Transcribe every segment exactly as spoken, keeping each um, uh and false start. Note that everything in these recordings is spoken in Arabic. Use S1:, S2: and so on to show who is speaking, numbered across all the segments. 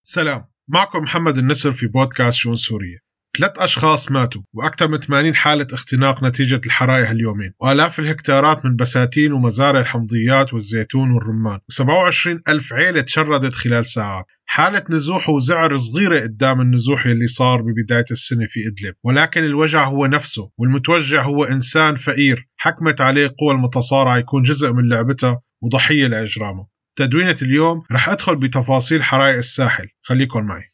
S1: سلام، معكم محمد النسر في بودكاست شؤون سورية. ثلاث أشخاص ماتوا وأكثر من ثمانين حالة اختناق نتيجة الحرائق اليومين، وآلاف الهكتارات من بساتين ومزارع الحمضيات والزيتون والرمان، وسبعة وعشرين ألف عيلة تشردت خلال ساعات. حالة نزوح وزعر صغيرة قدام النزوح اللي صار ببداية السنة في إدلب، ولكن الوجع هو نفسه، والمتوجع هو إنسان فقير حكمت عليه قوى المتصارعة يكون جزء من لعبتها وضحية لإجرامه. تدوينة اليوم رح أدخل بتفاصيل حرائق الساحل، خليكن معي.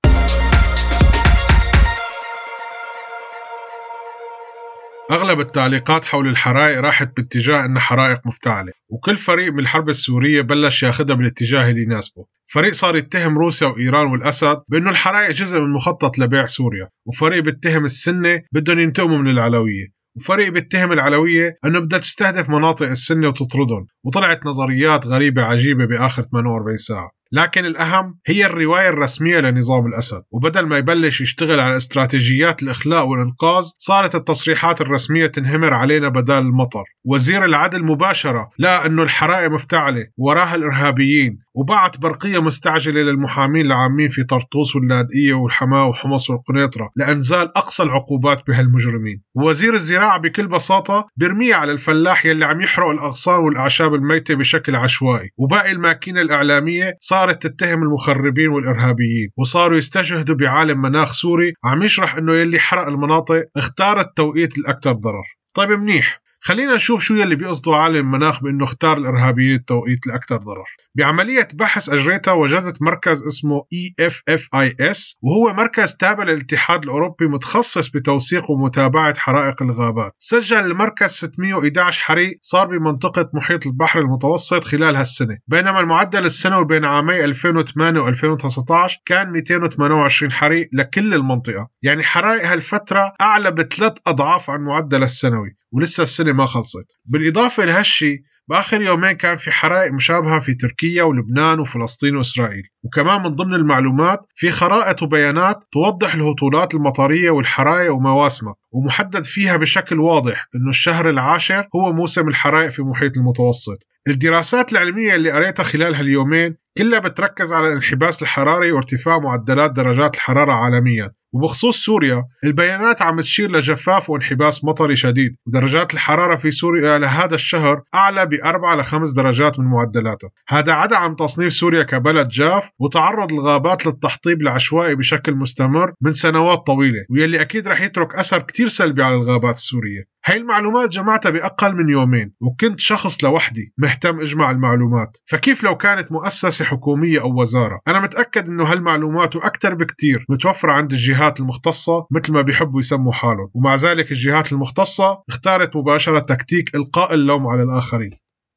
S1: أغلب التعليقات حول الحرائق راحت باتجاه أن حرائق مفتعلة، وكل فريق من الحرب السورية بلش ياخدها بالاتجاه اللي يناسبه. فريق صار يتهم روسيا وإيران والأسد بأنه الحرائق جزء من مخطط لبيع سوريا، وفريق بيتهم السنة بدهم ينتقموا من العلوية، وفريق بيتهم العلوية أنه بدها تستهدف مناطق السنة وتطردهم. وطلعت نظريات غريبة عجيبة بآخر ثمانية وأربعين ساعة، لكن الأهم هي الرواية الرسمية لنظام الأسد. وبدل ما يبلش يشتغل على استراتيجيات الإخلاء والإنقاذ، صارت التصريحات الرسمية تنهمر علينا بدل المطر. وزير العدل مباشرة لقى أنه الحرائق مفتعلة وراها الإرهابيين، وبعت برقية مستعجلة للمحامين العامين في طرطوس واللاذقية والحماة وحمص والقنيطرة لإنزال أقصى العقوبات بهالمجرمين. ووزير الزراعة بكل بساطة برمية على الفلاح يلي عم يحرق الأغصان والأعشاب الميتة بشكل عشوائي. وباقي الماكينة الإعلامية صارت تتهم المخربين والإرهابيين، وصاروا يستشهدوا بعالم مناخ سوري عم يشرح أنه يلي حرق المناطق اختار التوقيت الأكثر ضرر. طيب منيح، خلينا نشوف شو يلي بيقصدوا عالم المناخ بأنه اختار الإرهابيين التوقيت الأكثر ضرر. بعملية بحث أجريتها وجدت مركز اسمه إي إف إف آي إس، وهو مركز تابع للاتحاد الأوروبي متخصص بتوثيق ومتابعة حرائق الغابات. سجل المركز ستمئة وإحدى عشر حريق صار بمنطقة محيط البحر المتوسط خلال هالسنة، بينما المعدل السنوي بين عامي ألفين وثمانية وألفين وتسعة عشر كان مئتين وثمانية وعشرين حريق لكل المنطقة. يعني حرائق هالفترة أعلى بثلاث أضعاف عن معدل السنوي، ولسه السنة ما خلصت. بالإضافة لهالشي، بآخر يومين كان في حرائق مشابهة في تركيا ولبنان وفلسطين وإسرائيل. وكمان من ضمن المعلومات في خرائط وبيانات توضح الهطولات المطرية والحرائق ومواسمها، ومحدد فيها بشكل واضح أنه الشهر العاشر هو موسم الحرائق في محيط المتوسط. الدراسات العلمية اللي قريتها خلال هاليومين كلها بتركز على الانحباس الحراري وارتفاع معدلات درجات الحرارة عالميا. وبخصوص سوريا، البيانات عم تشير لجفاف وانحباس مطري شديد، ودرجات الحرارة في سوريا لهذا الشهر أعلى بأربع لخمس درجات من معدلاتها. هذا عدا عن تصنيف سوريا كبلد جاف وتعرض الغابات للتحطيب العشوائي بشكل مستمر من سنوات طويلة، ويلي أكيد رح يترك أثر كتير سلبي على الغابات السورية. هاي المعلومات جمعتها بأقل من يومين، وكنت شخص لوحدي مهتم اجمع المعلومات، فكيف لو كانت مؤسسة حكومية أو وزارة؟ أنا متأكد إنه هالمعلومات وأكثر بكتير متوفرة عند الجهات المختصة مثل ما بيحبوا يسموا حالهم، ومع ذلك الجهات المختصة اختارت مباشرة تكتيك إلقاء اللوم على الآخرين.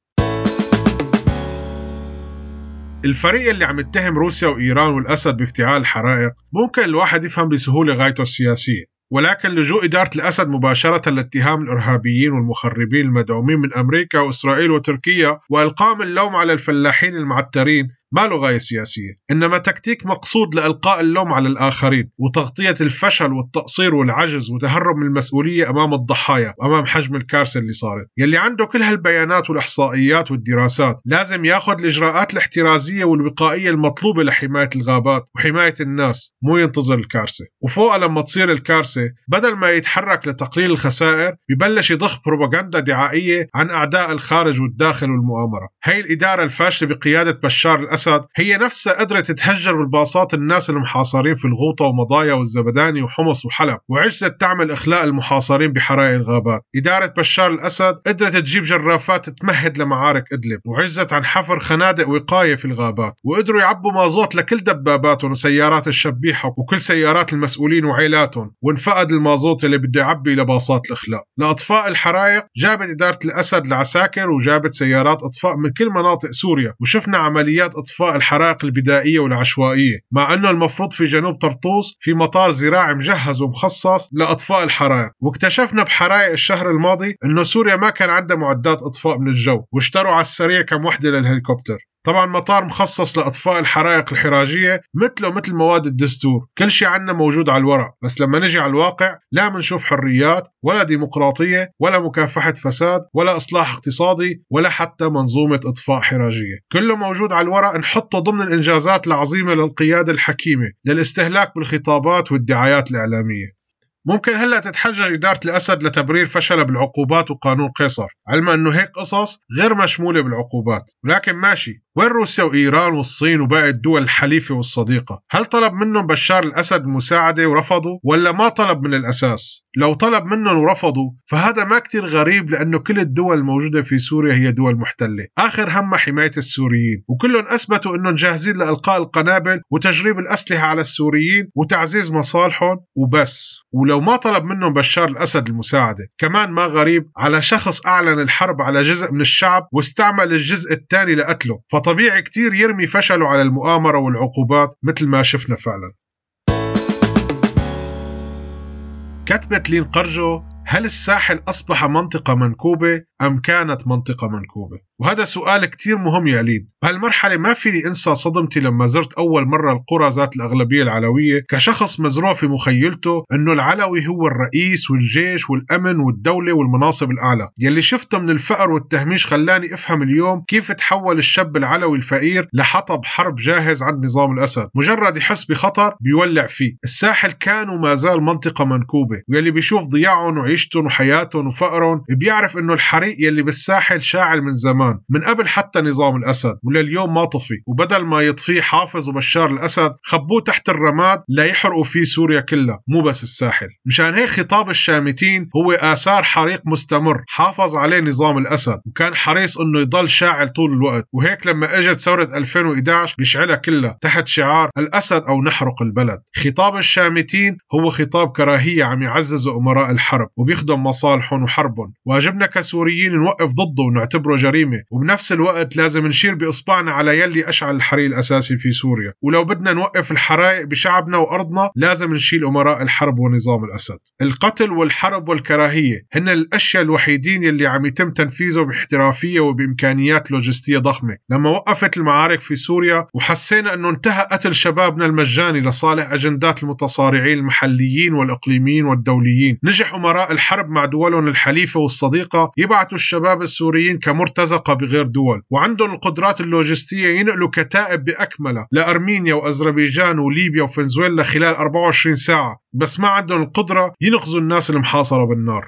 S1: الفريق اللي عم يتهم روسيا وإيران والأسد بافتعال الحرائق ممكن الواحد يفهم بسهولة غايته السياسية، ولكن لجوء إدارة الأسد مباشرة لاتهام الإرهابيين والمخربين المدعومين من أمريكا وإسرائيل وتركيا وإلقاء اللوم على الفلاحين المعترين ما له غاية سياسية، إنما تكتيك مقصود لإلقاء اللوم على الآخرين وتغطية الفشل والتقصير والعجز وتهرب من المسؤولية أمام الضحايا وأمام حجم الكارثة اللي صارت. يلي عنده كل هالبيانات والإحصائيات والدراسات لازم ياخد الإجراءات الاحترازية والوقائية المطلوبة لحماية الغابات وحماية الناس، مو ينتظر الكارثة. وفوقها لما تصير الكارثة بدل ما يتحرك لتقليل الخسائر ببلش يضخ بروباغندا دعائية عن أعداء الخارج والداخل والمؤامرة. هاي الإدارة الفاشلة بقيادة بشار الأسد هي نفسها قدرت تهجر بالباصات الناس المحاصرين في الغوطة ومضايا والزبداني وحمص وحلب، وعجزت تعمل إخلاء المحاصرين بحرائق الغابات. إدارة بشار الأسد قدرت تجيب جرافات تمهد لمعارك إدلب، وعجزت عن حفر خنادق وقاية في الغابات، وقدروا يعبوا مازوت لكل دباباتهم وسيارات الشبيحة وكل سيارات المسؤولين وعيلاتهم، وانفقد المازوت اللي بده يعبي لباصات الإخلاء. لأطفاء الحرائق جابت إدارة الأسد العساكر وجابت سيارات إطفاء من كل مناطق سوريا، وشفنا عمليات إطفاء الحرائق البدائية والعشوائية، مع أنه المفروض في جنوب طرطوس في مطار زراعي مجهز ومخصص لإطفاء الحرائق. واكتشفنا بحرائق الشهر الماضي أنه سوريا ما كان عندها معدات إطفاء من الجو، واشتروا على السريع كم وحدة للهليكوبتر. طبعا مطار مخصص لإطفاء الحرائق الحراجية مثله مثل مواد الدستور، كل شيء عنا موجود على الورق، بس لما نجي على الواقع لا منشوف حريات ولا ديمقراطية ولا مكافحة فساد ولا إصلاح اقتصادي ولا حتى منظومة إطفاء حراجية. كله موجود على الورق نحطه ضمن الإنجازات العظيمة للقيادة الحكيمة للاستهلاك بالخطابات والدعايات الإعلامية. ممكن هلأ تتحجج إدارة الأسد لتبرير فشلها بالعقوبات وقانون قيصر، علما أنه هيك قصص غير مشمولة بالعقوبات، ولكن ماشي، وين روسيا وإيران والصين وباقي الدول الحليفة والصديقة؟ هل طلب منهم بشار الأسد المساعدة ورفضوا ولا ما طلب من الأساس؟ لو طلب منهم ورفضوا فهذا ما كتير غريب، لأنه كل الدول الموجودة في سوريا هي دول محتلة آخر همها حماية السوريين، وكلهم أثبتوا أنهم جاهزين لإلقاء القنابل وتجريب الأسلحة على السوريين وتعزيز مصالحهم وبس. ولو ما طلب منهم بشار الأسد المساعدة كمان ما غريب على شخص أعلن الحرب على جزء من الشعب واستعمل الجزء الثاني لقتله، فطبيعي كتير يرمي فشله على المؤامرة والعقوبات مثل ما شفنا فعلا. كتبت لين قرجو: هل الساحل أصبح منطقة منكوبة أم كانت منطقة منكوبة؟ وهذا سؤال كتير مهم يا لين. بهالمرحلة ما فيني أنسى صدمتي لما زرت أول مرة القرى ذات الأغلبية العلوية كشخص مزروع في مخيلته أنه العلوي هو الرئيس والجيش والأمن والدولة والمناصب الأعلى. يلي شفته من الفقر والتهميش خلاني أفهم اليوم كيف تحول الشاب العلوي الفقير لحطب حرب جاهز عند نظام الأسد، مجرد يحس بخطر بيولع فيه. الساحل كان وما زال منطقة منكوبة، ويلي بيشوف ضياعهم وعيشتهم وحياتهم وفقرهم بيعرف أنه الحريق يلي بالساحل شاعل من زمان، من قبل حتى نظام الأسد، ولليوم ما طفي، وبدل ما يطفيه حافظ وبشار الأسد خبوه تحت الرماد لا يحرقوا فيه سوريا كلها، مو بس الساحل. مشان هيك خطاب الشامتين هو آثار حريق مستمر حافظ عليه نظام الأسد، وكان حريص أنه يضل شاعل طول الوقت، وهيك لما اجت ثورة ألفين وإحدى عشر بيشعلها كلها تحت شعار الأسد أو نحرق البلد. خطاب الشامتين هو خطاب كراهية عم يعززوا أمراء الحرب وبيخدم مصالحهم وحربهم. واجبنا كسوريين نوقف ضده ونعتبره جريمة، وبنفس الوقت لازم نشير بإصبعنا على يلي أشعل الحريق الأساسي في سوريا. ولو بدنا نوقف الحرائق بشعبنا وأرضنا لازم نشيل أمراء الحرب ونظام الأسد. القتل والحرب والكراهية هن الأشياء الوحيدين يلي عم يتم تنفيذه باحترافية وبإمكانيات لوجستية ضخمة. لما وقفت المعارك في سوريا وحسينا أنه انتهى قتل شبابنا المجاني لصالح أجندات المتصارعين المحليين والإقليميين والدوليين، نجح أمراء الحرب مع دولهم الحليفة والصديقة يبعثوا الشباب السوريين كمرتزقة بغير دول، وعندهم القدرات اللوجستية ينقلوا كتائب بأكملها لأرمينيا وأذربيجان وليبيا وفنزويلا خلال أربعة وعشرين ساعة، بس ما عندهم القدرة ينقذوا الناس المحاصرة بالنار.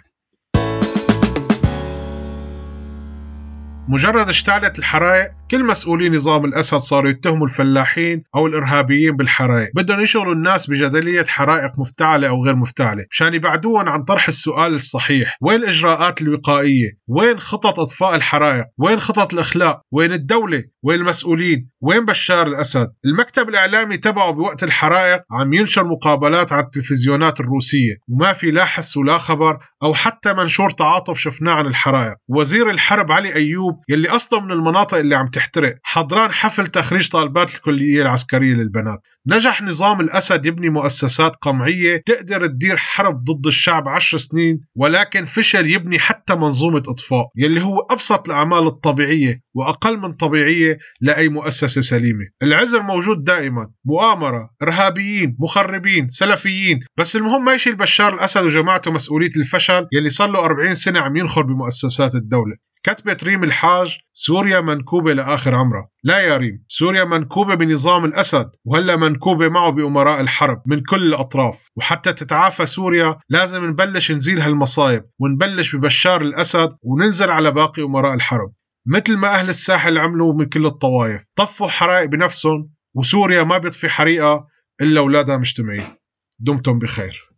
S1: مجرد اشتعلت الحرائق كل مسؤولي نظام الأسد صاروا يتهموا الفلاحين أو الإرهابيين بالحرائق، بدهم يشغلوا الناس بجدلية حرائق مفتعلة أو غير مفتعلة مشان يبعدوهم عن طرح السؤال الصحيح: وين الإجراءات الوقائية؟ وين خطط إطفاء الحرائق؟ وين خطط الإخلاء؟ وين الدولة؟ وين المسؤولين؟ وين بشار الأسد؟ المكتب الإعلامي تبعه بوقت الحرائق عم ينشر مقابلات على التلفزيونات الروسية، وما في لا حس ولا خبر أو حتى منشور تعاطف شفناه عن الحرائق. وزير الحرب علي أيوب يلي أصلا من المناطق اللي عم تحترق حضران حفل تخريج طالبات الكلية العسكرية للبنات. نجح نظام الأسد يبني مؤسسات قمعية تقدر تدير حرب ضد الشعب عشر سنين، ولكن فشل يبني حتى منظومة إطفاء يلي هو أبسط الأعمال الطبيعية وأقل من طبيعية لأي مؤسسة سليمة. العذر موجود دائما، مؤامرة، إرهابيين، مخربين، سلفيين، بس المهم ما يشيل بشار الأسد وجماعته مسؤولية الفشل يلي صار له أربعين سنة عم ينخر بمؤسسات الدولة. كتبت ريم الحاج: سوريا منكوبة لآخر عمرها. لا يا ريم، سوريا منكوبة بنظام الأسد، وهلا منكوبة معه بأمراء الحرب من كل الأطراف. وحتى تتعافى سوريا لازم نبلش نزيل هالمصايب ونبلش ببشار الأسد وننزل على باقي أمراء الحرب، مثل ما أهل الساحل عملوا من كل الطوائف، طفوا حرائق بنفسهم، وسوريا ما بيطفي حريقة إلا أولادها مجتمعين. دمتم بخير.